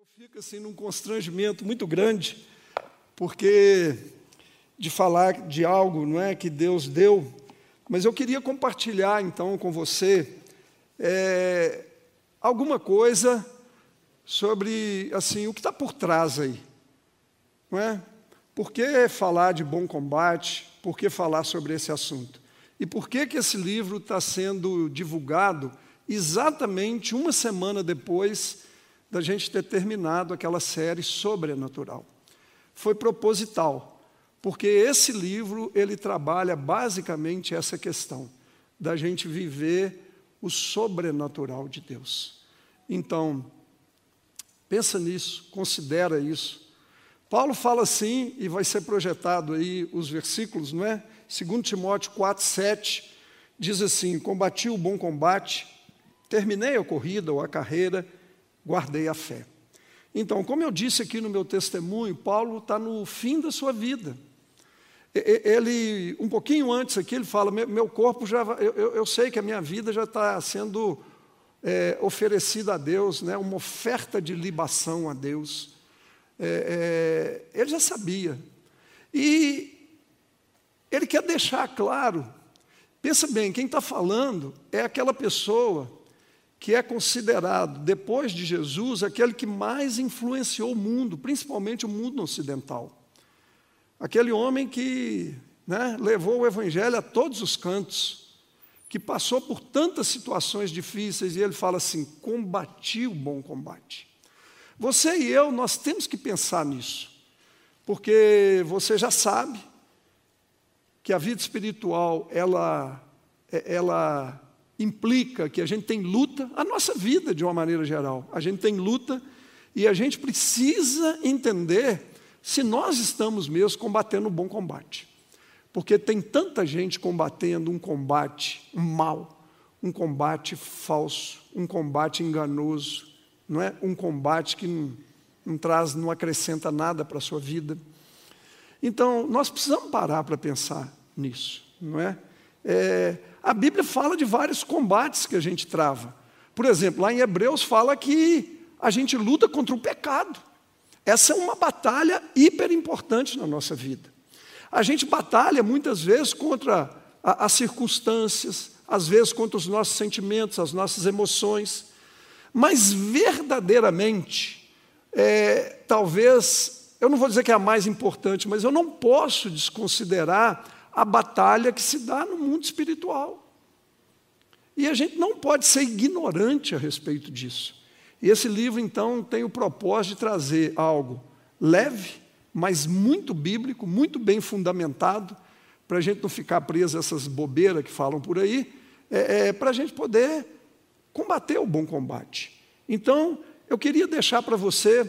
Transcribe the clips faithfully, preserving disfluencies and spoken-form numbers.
fico assim num constrangimento muito grande, porque de falar de algo, não é, que Deus deu, mas eu queria compartilhar então com você é, alguma coisa sobre assim o que está por trás aí, não é? Por que falar de bom combate? Por que falar sobre esse assunto? E por que que esse livro está sendo divulgado exatamente uma semana depois da gente ter terminado aquela série sobrenatural? Foi proposital, porque esse livro ele trabalha basicamente essa questão da gente viver o sobrenatural de Deus. Então, pensa nisso, considera isso. Paulo fala assim, e vai ser projetado aí os versículos, não é? Segundo Timóteo quatro, sete, diz assim: combati o bom combate, terminei a corrida ou a carreira, guardei a fé. Então, como eu disse aqui no meu testemunho, Paulo está no fim da sua vida. Ele, um pouquinho antes aqui, ele fala, meu corpo já, eu, eu sei que a minha vida já está sendo é, oferecida a Deus, né, uma oferta de libação a Deus. É, é, ele já sabia. E ele quer deixar claro, pensa bem, quem está falando é aquela pessoa que é considerado, depois de Jesus, aquele que mais influenciou o mundo, principalmente o mundo ocidental. Aquele homem que, né, levou o evangelho a todos os cantos, que passou por tantas situações difíceis, e ele fala assim, combati o bom combate. Você e eu, nós temos que pensar nisso, porque você já sabe que a vida espiritual, ela, ela implica que a gente tem luta, a nossa vida de uma maneira geral, a gente tem luta e a gente precisa entender se nós estamos mesmo combatendo um bom combate. Porque tem tanta gente combatendo um combate mal, um combate falso, um combate enganoso, não é? Um combate que não, não traz, não acrescenta nada para a sua vida. Então, nós precisamos parar para pensar nisso, não é? É, a Bíblia fala de vários combates que a gente trava. Por exemplo, lá em Hebreus fala que a gente luta contra o pecado. Essa é uma batalha hiper importante na nossa vida. A gente batalha muitas vezes contra a, as circunstâncias, às vezes contra os nossos sentimentos, as nossas emoções. Mas verdadeiramente, é, talvez, eu não vou dizer que é a mais importante, mas eu não posso desconsiderar a batalha que se dá no mundo espiritual. E a gente não pode ser ignorante a respeito disso. E esse livro, então, tem o propósito de trazer algo leve, mas muito bíblico, muito bem fundamentado, para a gente não ficar preso a essas bobeiras que falam por aí, é, é, para a gente poder combater o bom combate. Então, eu queria deixar para você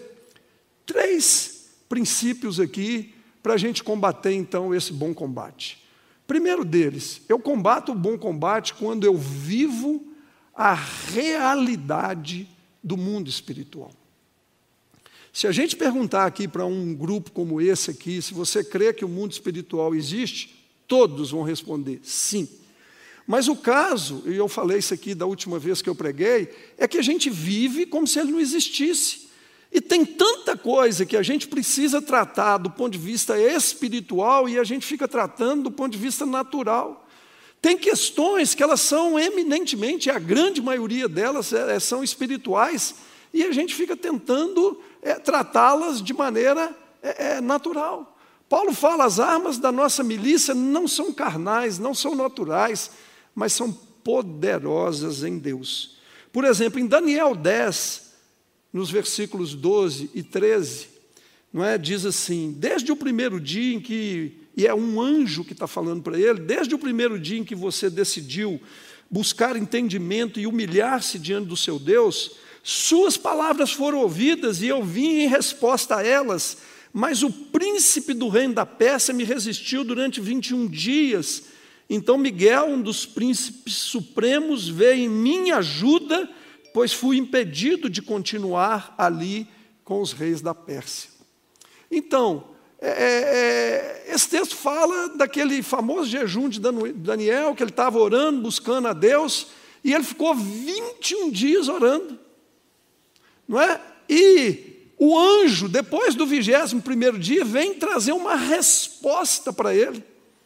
três princípios aqui para a gente combater, então, esse bom combate. Primeiro deles, eu combato o bom combate quando eu vivo a realidade do mundo espiritual. Se a gente perguntar aqui para um grupo como esse aqui, se você crê que o mundo espiritual existe, todos vão responder sim. Mas o caso, e eu falei isso aqui da última vez que eu preguei, é que a gente vive como se ele não existisse. E tem tanta coisa que a gente precisa tratar do ponto de vista espiritual e a gente fica tratando do ponto de vista natural. Tem questões que elas são eminentemente, a grande maioria delas é, são espirituais, e a gente fica tentando é, tratá-las de maneira é, é, natural. Paulo fala, as armas da nossa milícia não são carnais, não são naturais, mas são poderosas em Deus. Por exemplo, em Daniel dez, nos versículos doze e treze, não é? Diz assim, desde o primeiro dia em que, e é um anjo que está falando para ele, desde o primeiro dia em que você decidiu buscar entendimento e humilhar-se diante do seu Deus, suas palavras foram ouvidas e eu vim em resposta a elas, mas o príncipe do reino da Pérsia me resistiu durante vinte e um dias. Então Miguel, um dos príncipes supremos, veio em minha ajuda, pois fui impedido de continuar ali com os reis da Pérsia. Então, é, é, esse texto fala daquele famoso jejum de Daniel, que ele estava orando, buscando a Deus, e ele ficou vinte e um dias orando. Não é? E O anjo, depois do vigésimo primeiro dia, vem trazer uma resposta para ele.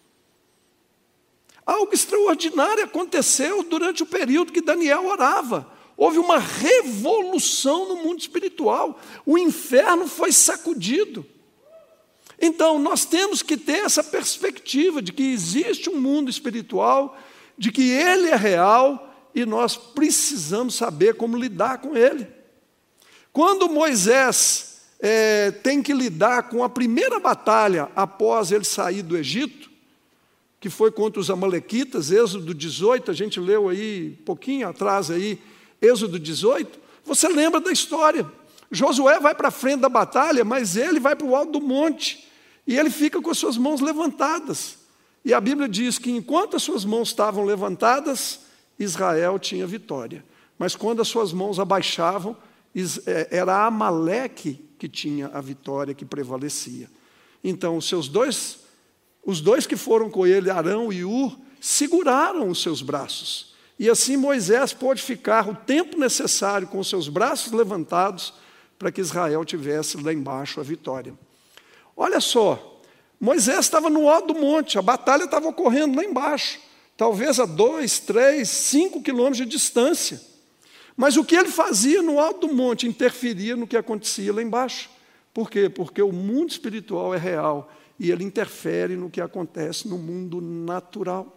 Algo extraordinário aconteceu durante o período que Daniel orava. Houve uma revolução no mundo espiritual. O inferno foi sacudido. Então, nós temos que ter essa perspectiva de que existe um mundo espiritual, de que ele é real e nós precisamos saber como lidar com ele. Quando Moisés é, tem que lidar com a primeira batalha após ele sair do Egito, que foi contra os amalequitas, Êxodo dezoito, a gente leu aí, um pouquinho atrás aí, Êxodo dezoito, você lembra da história. Josué vai para a frente da batalha, mas ele vai para o alto do monte, e ele fica com as suas mãos levantadas. E a Bíblia diz que enquanto as suas mãos estavam levantadas, Israel tinha vitória. Mas quando as suas mãos abaixavam, era Amaleque que tinha a vitória, que prevalecia. Então, os seus dois, os dois que foram com ele, Arão e Ur, seguraram os seus braços. E assim Moisés pôde ficar o tempo necessário com os seus braços levantados para que Israel tivesse lá embaixo a vitória. Olha só, Moisés estava no alto do monte, a batalha estava ocorrendo lá embaixo, talvez a dois, três, cinco quilômetros de distância. Mas o que ele fazia no alto do monte interferia no que acontecia lá embaixo. Por quê? Porque o mundo espiritual é real e ele interfere no que acontece no mundo natural.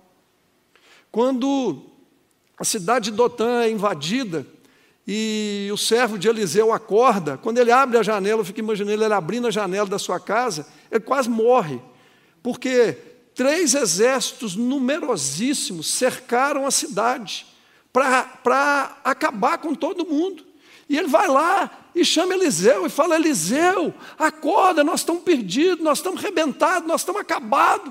Quando a cidade de Dotã é invadida e o servo de Eliseu acorda, quando ele abre a janela, eu fico imaginando ele abrindo a janela da sua casa, ele quase morre, porque três exércitos numerosíssimos cercaram a cidade para acabar com todo mundo. E ele vai lá e chama Eliseu e fala: Eliseu, acorda, nós estamos perdidos, nós estamos arrebentados, nós estamos acabados.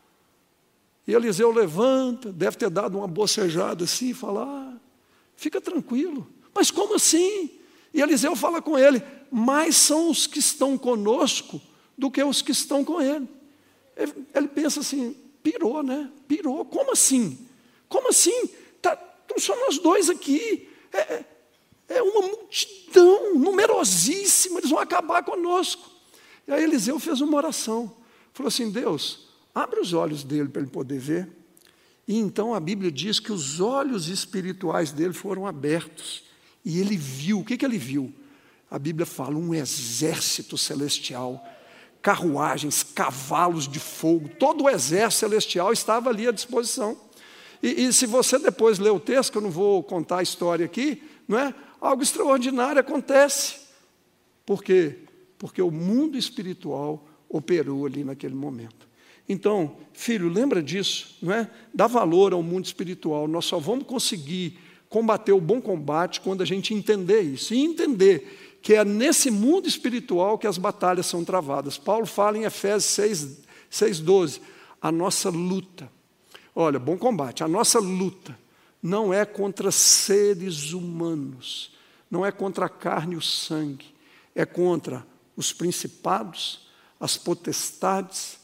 E Eliseu levanta, deve ter dado uma bocejada assim, e fala: ah, fica tranquilo. Mas como assim? E Eliseu fala com ele: mais são os que estão conosco do que os que estão com ele. Ele, ele pensa assim: pirou, né? Pirou, como assim? Como assim? Tá, então só nós dois aqui. É, é uma multidão numerosíssima, eles vão acabar conosco. E aí Eliseu fez uma oração. Falou assim: Deus, abre os olhos dele para ele poder ver. E então a Bíblia diz que os olhos espirituais dele foram abertos. E ele viu, o que, que ele viu? A Bíblia fala: um exército celestial, carruagens, cavalos de fogo, todo o exército celestial estava ali à disposição. E, e se você depois ler o texto, que eu não vou contar a história aqui, não é? Algo extraordinário acontece. Por quê? Porque o mundo espiritual operou ali naquele momento. Então, filho, lembra disso, não é? Dá valor ao mundo espiritual. Nós só vamos conseguir combater o bom combate quando a gente entender isso. E entender que é nesse mundo espiritual que as batalhas são travadas. Paulo fala em Efésios seis, seis, doze, a nossa luta. Olha, bom combate, a nossa luta não é contra seres humanos, não é contra a carne e o sangue, é contra os principados, as potestades,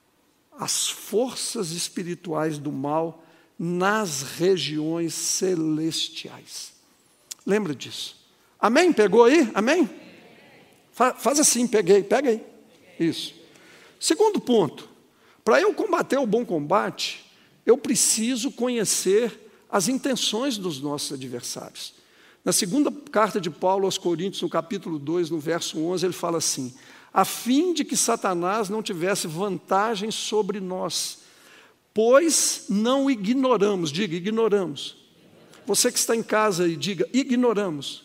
as forças espirituais do mal nas regiões celestiais. Lembra disso? Amém? Pegou aí? Amém? Fa- faz assim, peguei, pega aí. Isso. Segundo ponto, para eu combater o bom combate, eu preciso conhecer as intenções dos nossos adversários. Na segunda carta de Paulo aos Coríntios, no capítulo dois, no verso onze, ele fala assim: a fim de que Satanás não tivesse vantagem sobre nós, pois não ignoramos, diga, ignoramos. Você que está em casa aí, diga, ignoramos.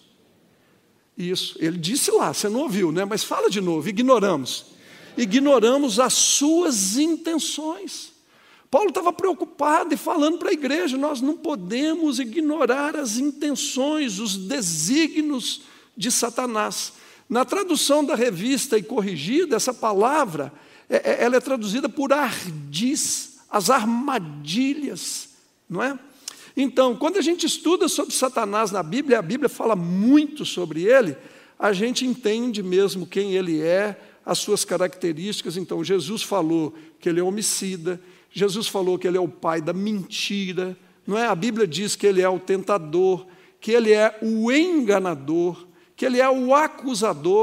Isso, ele disse lá, você não ouviu, né? Mas fala de novo, ignoramos. Ignoramos as suas intenções. Paulo estava preocupado e falando para a igreja: nós não podemos ignorar as intenções, os desígnios de Satanás. Na tradução da Revista e Corrigida, essa palavra, ela é traduzida por ardis, as armadilhas, não é? Então, quando a gente estuda sobre Satanás na Bíblia, a Bíblia fala muito sobre ele, a gente entende mesmo quem ele é, as suas características. Então, Jesus falou que ele é homicida, Jesus falou que ele é o pai da mentira, não é? A Bíblia diz que ele é o tentador, que ele é o enganador, que ele é o acusador.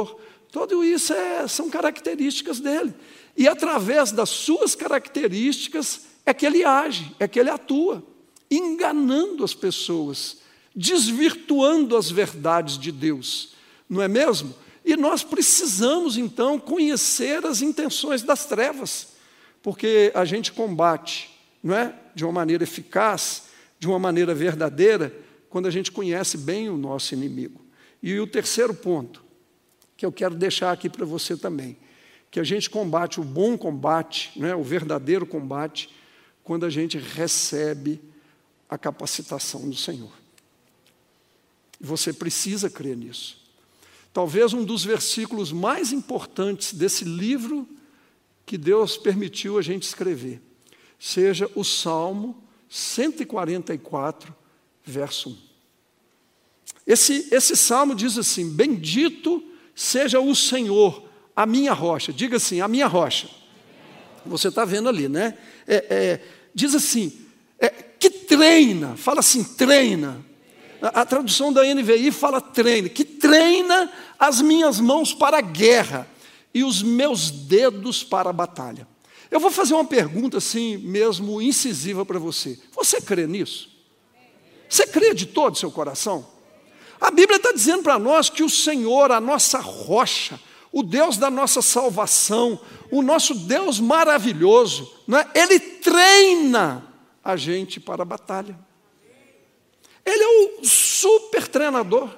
Tudo isso é, são características dele. E através das suas características é que ele age, é que ele atua, enganando as pessoas, desvirtuando as verdades de Deus, não é mesmo? E nós precisamos, então, conhecer as intenções das trevas, porque a gente combate, não é? De uma maneira eficaz, de uma maneira verdadeira, quando a gente conhece bem o nosso inimigo. E o terceiro ponto, que eu quero deixar aqui para você também, que a gente combate o bom combate, não é? O verdadeiro combate, quando a gente recebe a capacitação do Senhor. Você precisa crer nisso. Talvez um dos versículos mais importantes desse livro que Deus permitiu a gente escrever seja o Salmo cento e quarenta e quatro, verso um. Esse, esse salmo diz assim: bendito seja o Senhor, a minha rocha. Diga assim, a minha rocha. Você está vendo ali, né? É, é, diz assim, é, que treina, fala assim, treina. A, a tradução da N V I fala treina, que treina as minhas mãos para a guerra e os meus dedos para a batalha. Eu vou fazer uma pergunta assim, mesmo incisiva para você. Você crê nisso? Você crê de todo o seu coração? A Bíblia está dizendo para nós que o Senhor, a nossa rocha, o Deus da nossa salvação, o nosso Deus maravilhoso, não é? Ele treina a gente para a batalha. Ele é o super treinador.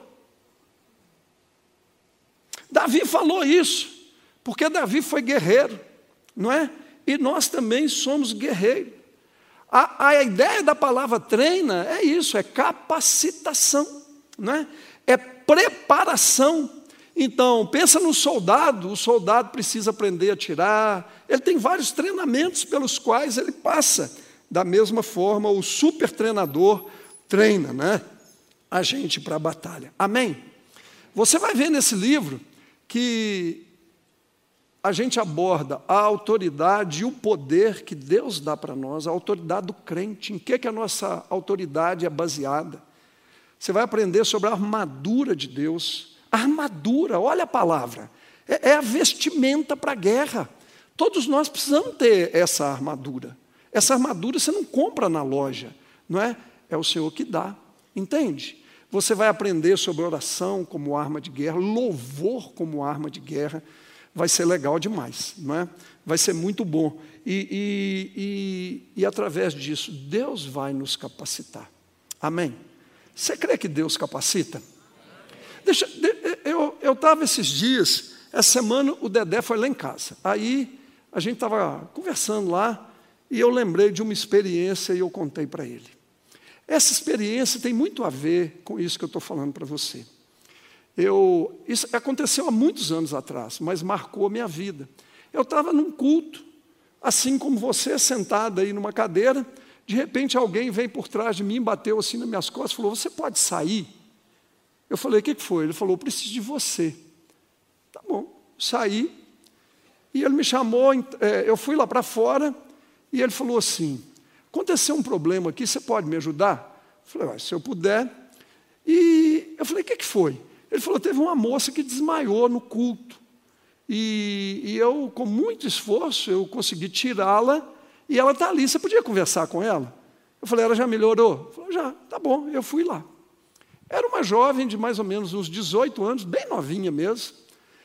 Davi falou isso, porque Davi foi guerreiro, não é? E nós também somos guerreiros. A, a ideia da palavra treina é isso, é capacitação, não é? É preparação. Então, pensa no soldado, o soldado precisa aprender a atirar, ele tem vários treinamentos pelos quais ele passa. Da mesma forma, o super treinador treina, né, a gente para a batalha. Amém? Você vai ver nesse livro que a gente aborda a autoridade e o poder que Deus dá para nós, a autoridade do crente, em que, que a nossa autoridade é baseada. Você vai aprender sobre a armadura de Deus. A armadura, olha a palavra, é, é a vestimenta para a guerra. Todos nós precisamos ter essa armadura. Essa armadura você não compra na loja, não é? É o Senhor que dá, entende? Você vai aprender sobre oração como arma de guerra, louvor como arma de guerra. Vai ser legal demais, não é? Vai ser muito bom. E, e, e, e através disso, Deus vai nos capacitar. Amém? Você crê que Deus capacita? Deixa, eu estava esses dias, essa semana o Dedé foi lá em casa. Aí a gente estava conversando lá e eu lembrei de uma experiência e eu contei para ele. Essa experiência tem muito a ver com isso que eu estou falando para você. Eu, isso aconteceu há muitos anos atrás, mas marcou a minha vida. Eu estava num culto, assim como você, sentado aí numa cadeira, de repente alguém veio por trás de mim, bateu assim nas minhas costas e falou, você pode sair? Eu falei, o que foi? Ele falou, eu preciso de você. Tá bom, saí, e ele me chamou, eu fui lá para fora, e ele falou assim, aconteceu um problema aqui, você pode me ajudar? Eu falei, se eu puder. E eu falei, o que foi? Ele falou, teve uma moça que desmaiou no culto. E, e eu, com muito esforço, eu consegui tirá-la, e ela está ali, você podia conversar com ela? Eu falei, ela já melhorou? Ele falou, já, tá bom, eu fui lá. Era uma jovem de mais ou menos uns dezoito anos, bem novinha mesmo,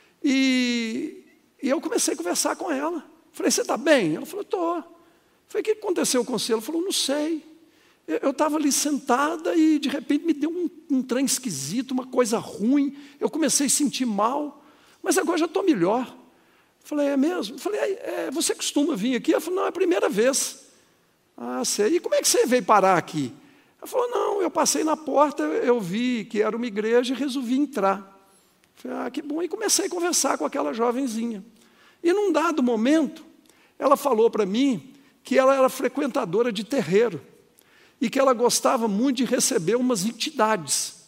e, e eu comecei a conversar com ela. Falei, você está bem? Ela falou, estou. Falei, o que aconteceu com você? Ela falou, não sei. Eu estava ali sentada e, de repente, me deu um, um trem esquisito, uma coisa ruim. Eu comecei a sentir mal, mas agora já estou melhor. Falei, é mesmo? Falei, é, você costuma vir aqui? Ela falou, não, é a primeira vez. Ah, sei. E como é que você veio parar aqui? Ela falou, não, eu passei na porta, eu vi que era uma igreja e resolvi entrar. Falei, ah, que bom. E comecei a conversar com aquela jovenzinha. E, num dado momento, ela falou para mim que ela era frequentadora de terreiro. E que ela gostava muito de receber umas entidades.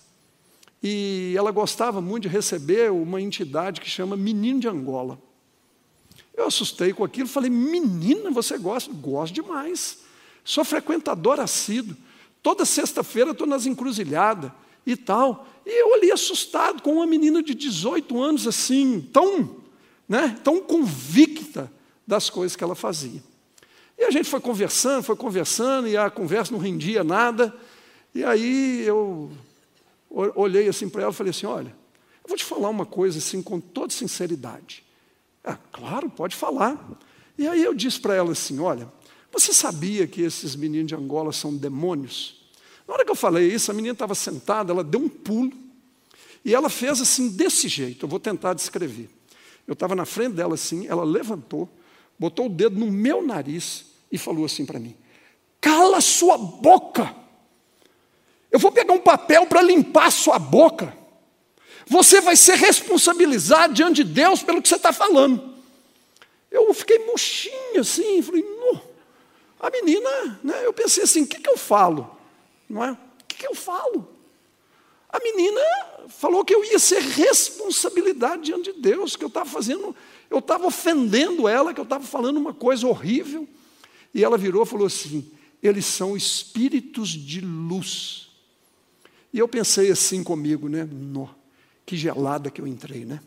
E ela gostava muito de receber uma entidade que chama Menino de Angola. Eu assustei com aquilo, falei, menina, você gosta? Gosto demais. Sou frequentadora assíduo. Toda sexta-feira estou nas encruzilhadas. e tal. E eu ali assustado com uma menina de dezoito anos assim, tão, né, tão convicta das coisas que ela fazia. E a gente foi conversando, foi conversando, e a conversa não rendia nada. E aí eu olhei assim para ela e falei assim, olha, eu vou te falar uma coisa assim com toda sinceridade. Ah, claro, pode falar. E aí eu disse para ela assim, olha, você sabia que esses meninos de Angola são demônios? Na hora que eu falei isso, a menina estava sentada, ela deu um pulo, e ela fez assim, desse jeito, eu vou tentar descrever. Eu estava na frente dela assim, ela levantou, botou o dedo no meu nariz e falou assim para mim, cala sua boca! Eu vou pegar um papel para limpar a sua boca. Você vai ser responsabilizado diante de Deus pelo que você está falando. Eu fiquei murchinho assim, falei, não. A menina, né, eu pensei assim, o que, que eu falo? Não é? O que, que eu falo? A menina falou que eu ia ser responsabilidade diante de Deus, que eu estava fazendo, eu estava ofendendo ela, que eu estava falando uma coisa horrível. E ela virou e falou assim, eles são espíritos de luz. E eu pensei assim comigo, né? No, que gelada que eu entrei, né?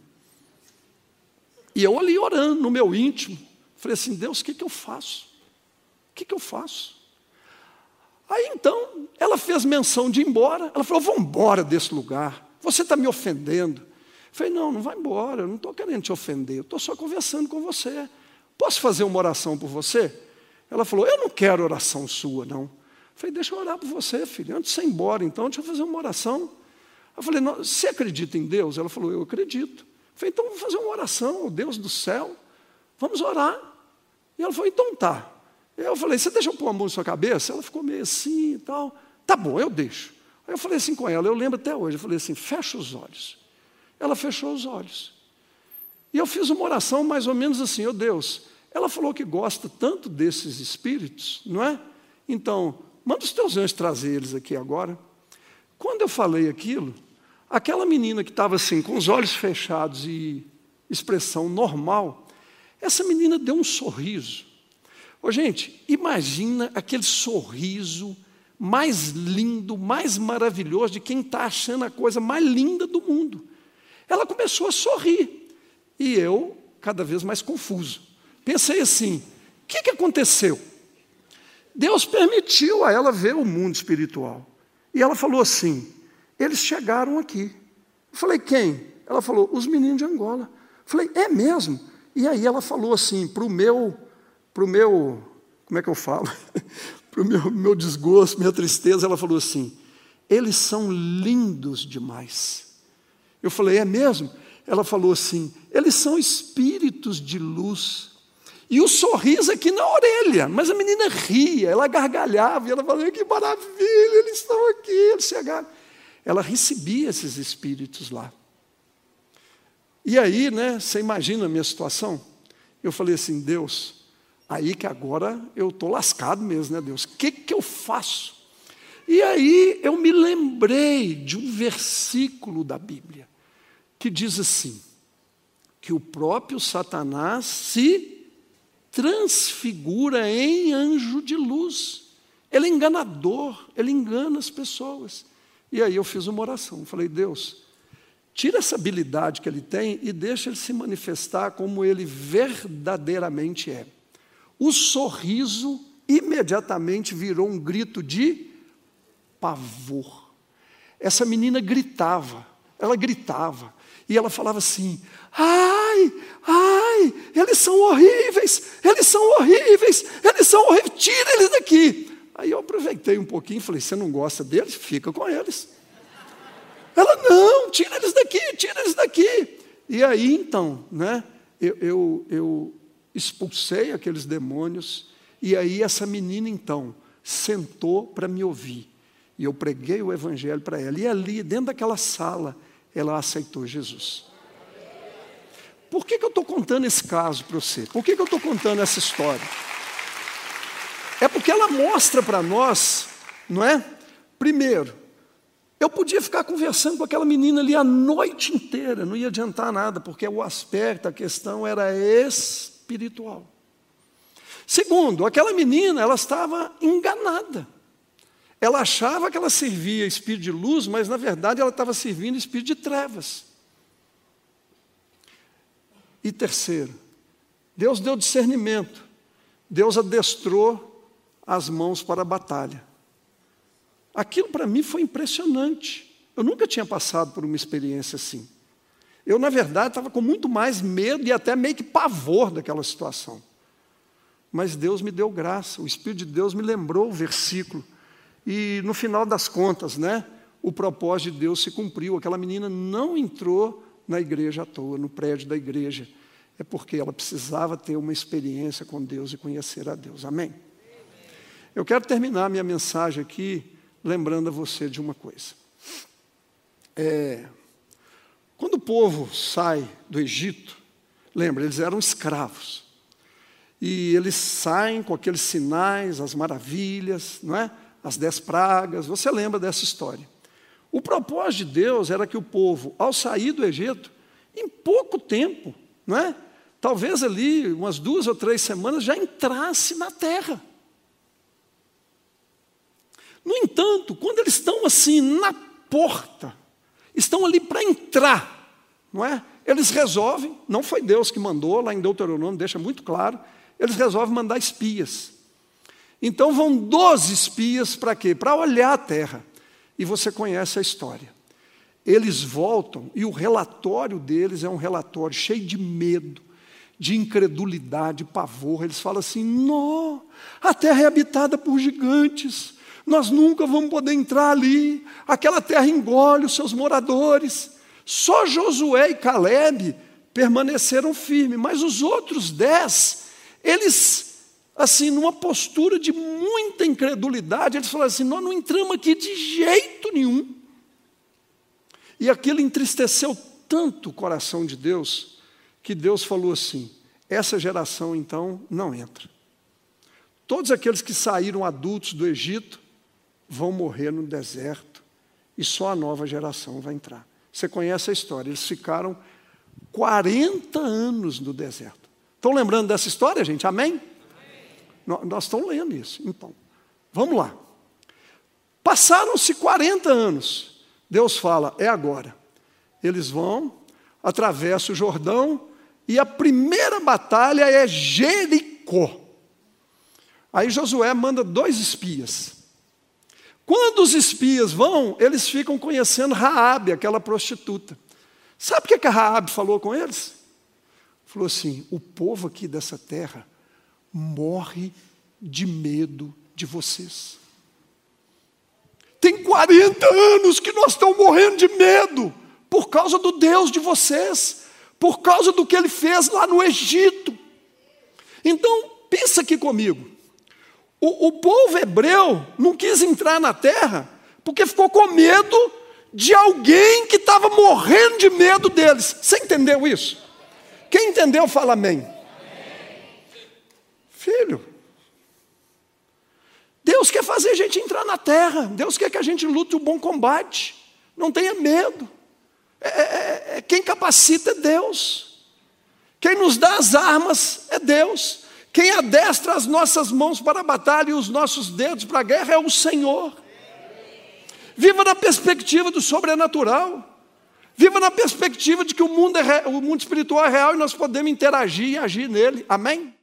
E eu ali orando no meu íntimo, falei assim, Deus, o que, que eu faço? O que, que eu faço? Aí então, ela fez menção de ir embora, ela falou, vou embora desse lugar, você está me ofendendo. Eu falei, não, não vai embora, eu não estou querendo te ofender, eu estou só conversando com você. Posso fazer uma oração por você? Ela falou, eu não quero oração sua, não. Eu falei, deixa eu orar por você, filho, antes de você ir embora, então, deixa eu fazer uma oração. Eu falei, não, você acredita em Deus? Ela falou, eu acredito. Eu falei, então vamos fazer uma oração ao Deus do céu, vamos orar. E ela falou, então tá. Eu falei, você deixa eu pôr a mão na sua cabeça? Ela ficou meio assim e tal. Tá bom, eu deixo. Aí eu falei assim com ela, eu lembro até hoje, eu falei assim, fecha os olhos. Ela fechou os olhos. E eu fiz uma oração mais ou menos assim, oh Deus, ela falou que gosta tanto desses espíritos, não é? Então, manda os teus anjos trazer eles aqui agora. Quando eu falei aquilo, aquela menina que estava assim, com os olhos fechados e expressão normal, essa menina deu um sorriso. Ô, gente, imagina aquele sorriso mais lindo, mais maravilhoso de quem está achando a coisa mais linda do mundo. Ela começou a sorrir. E eu, cada vez mais confuso. Pensei assim, o que, que aconteceu? Deus permitiu a ela ver o mundo espiritual. E ela falou assim, eles chegaram aqui. Eu falei, quem? Ela falou, os meninos de Angola. Eu falei, é mesmo? E aí ela falou assim, para o meu, pro meu, como é que eu falo? Para o meu, meu desgosto, minha tristeza, ela falou assim, eles são lindos demais. Eu falei, é mesmo? Ela falou assim, eles são espíritos de luz. E o sorriso aqui na orelha, mas a menina ria, ela gargalhava, e ela falava, que maravilha, eles estão aqui, eles chegaram. Ela recebia esses espíritos lá. E aí, né, você imagina a minha situação? Eu falei assim, Deus, aí que agora eu estou lascado mesmo, né, Deus? O que, que eu faço? E aí eu me lembrei de um versículo da Bíblia, que diz assim, que o próprio Satanás se transfigura em anjo de luz. Ele é enganador, ele engana as pessoas. E aí eu fiz uma oração, falei, Deus, tira essa habilidade que ele tem e deixa ele se manifestar como ele verdadeiramente é. O sorriso imediatamente virou um grito de pavor. Essa menina gritava, ela gritava, e ela falava assim, ai, ai, eles são horríveis, eles são horríveis, eles são horríveis, tira eles daqui. Aí eu aproveitei um pouquinho e falei, você não gosta deles? Fica com eles. Ela, não, tira eles daqui, tira eles daqui. E aí, então, né, eu, eu, eu expulsei aqueles demônios, e aí essa menina, então, sentou para me ouvir. E eu preguei o evangelho para ela. E ali, dentro daquela sala, ela aceitou Jesus. Por que, que eu estou contando esse caso para você? Por que, que eu estou contando essa história? É porque ela mostra para nós, não é? Primeiro, eu podia ficar conversando com aquela menina ali a noite inteira, não ia adiantar nada, porque o aspecto, a questão era espiritual. Segundo, aquela menina, ela estava enganada. ela achava que ela servia espírito de luz, mas na verdade ela estava servindo espírito de trevas. E terceiro, Deus deu discernimento. Deus adestrou as mãos para a batalha. Aquilo para mim foi impressionante. Eu nunca tinha passado por uma experiência assim. Eu, na verdade, estava com muito mais medo e até meio que pavor daquela situação. Mas Deus me deu graça, o Espírito de Deus me lembrou o versículo. E no final das contas, né, o propósito de Deus se cumpriu. Aquela menina não entrou na igreja à toa, no prédio da igreja. É porque ela precisava ter uma experiência com Deus e conhecer a Deus. Amém? Eu quero terminar minha mensagem aqui lembrando a você de uma coisa. É, quando o povo sai do Egito, lembra, eles eram escravos. E eles saem com aqueles sinais, as maravilhas, não é? As dez pragas, você lembra dessa história. O propósito de Deus era que o povo, ao sair do Egito, em pouco tempo, não é? Talvez ali, umas duas ou três semanas, já entrasse na terra. No entanto, quando eles estão assim, na porta, estão ali para entrar, não é? Eles resolvem, não foi Deus que mandou, lá em Deuteronômio deixa muito claro, eles resolvem mandar espias. Então vão doze espias para quê? Para olhar a terra. E você conhece a história. Eles voltam e o relatório deles é um relatório cheio de medo, de incredulidade, pavor. Eles falam assim, não, a terra é habitada por gigantes, nós nunca vamos poder entrar ali, aquela terra engole os seus moradores. Só Josué e Calebe permaneceram firmes, mas os outros dez, eles... assim, numa postura de muita incredulidade, eles falaram assim, nós não entramos aqui de jeito nenhum. E aquilo entristeceu tanto o coração de Deus, que Deus falou assim, essa geração então não entra. Todos aqueles que saíram adultos do Egito, vão morrer no deserto, e só a nova geração vai entrar. Você conhece a história, eles ficaram quarenta anos no deserto. Estão lembrando dessa história, gente? Amém? Nós estamos lendo isso. Então, vamos lá. Passaram-se quarenta anos. Deus fala, é agora. Eles vão, atravessam o Jordão, e a primeira batalha é Jericó. Aí Josué manda dois espias. Quando os espias vão, eles ficam conhecendo Raabe, aquela prostituta. Sabe o que a Raabe falou com eles? Falou assim, o povo aqui dessa terra morre de medo de vocês. Tem quarenta anos que nós estamos morrendo de medo, por causa do Deus de vocês, por causa do que Ele fez lá no Egito. Então, pensa aqui comigo. O, o povo hebreu não quis entrar na terra, porque ficou com medo de alguém que estava morrendo de medo deles. Você entendeu isso? Quem entendeu, fala amém. Filho, Deus quer fazer a gente entrar na terra. Deus quer que a gente lute o bom combate. Não tenha medo. É, é, é, quem capacita é Deus. Quem nos dá as armas é Deus. Quem adestra as nossas mãos para a batalha e os nossos dedos para a guerra é o Senhor. Viva na perspectiva do sobrenatural. Viva na perspectiva de que o mundo, é, o mundo espiritual é real e nós podemos interagir e agir nele. Amém?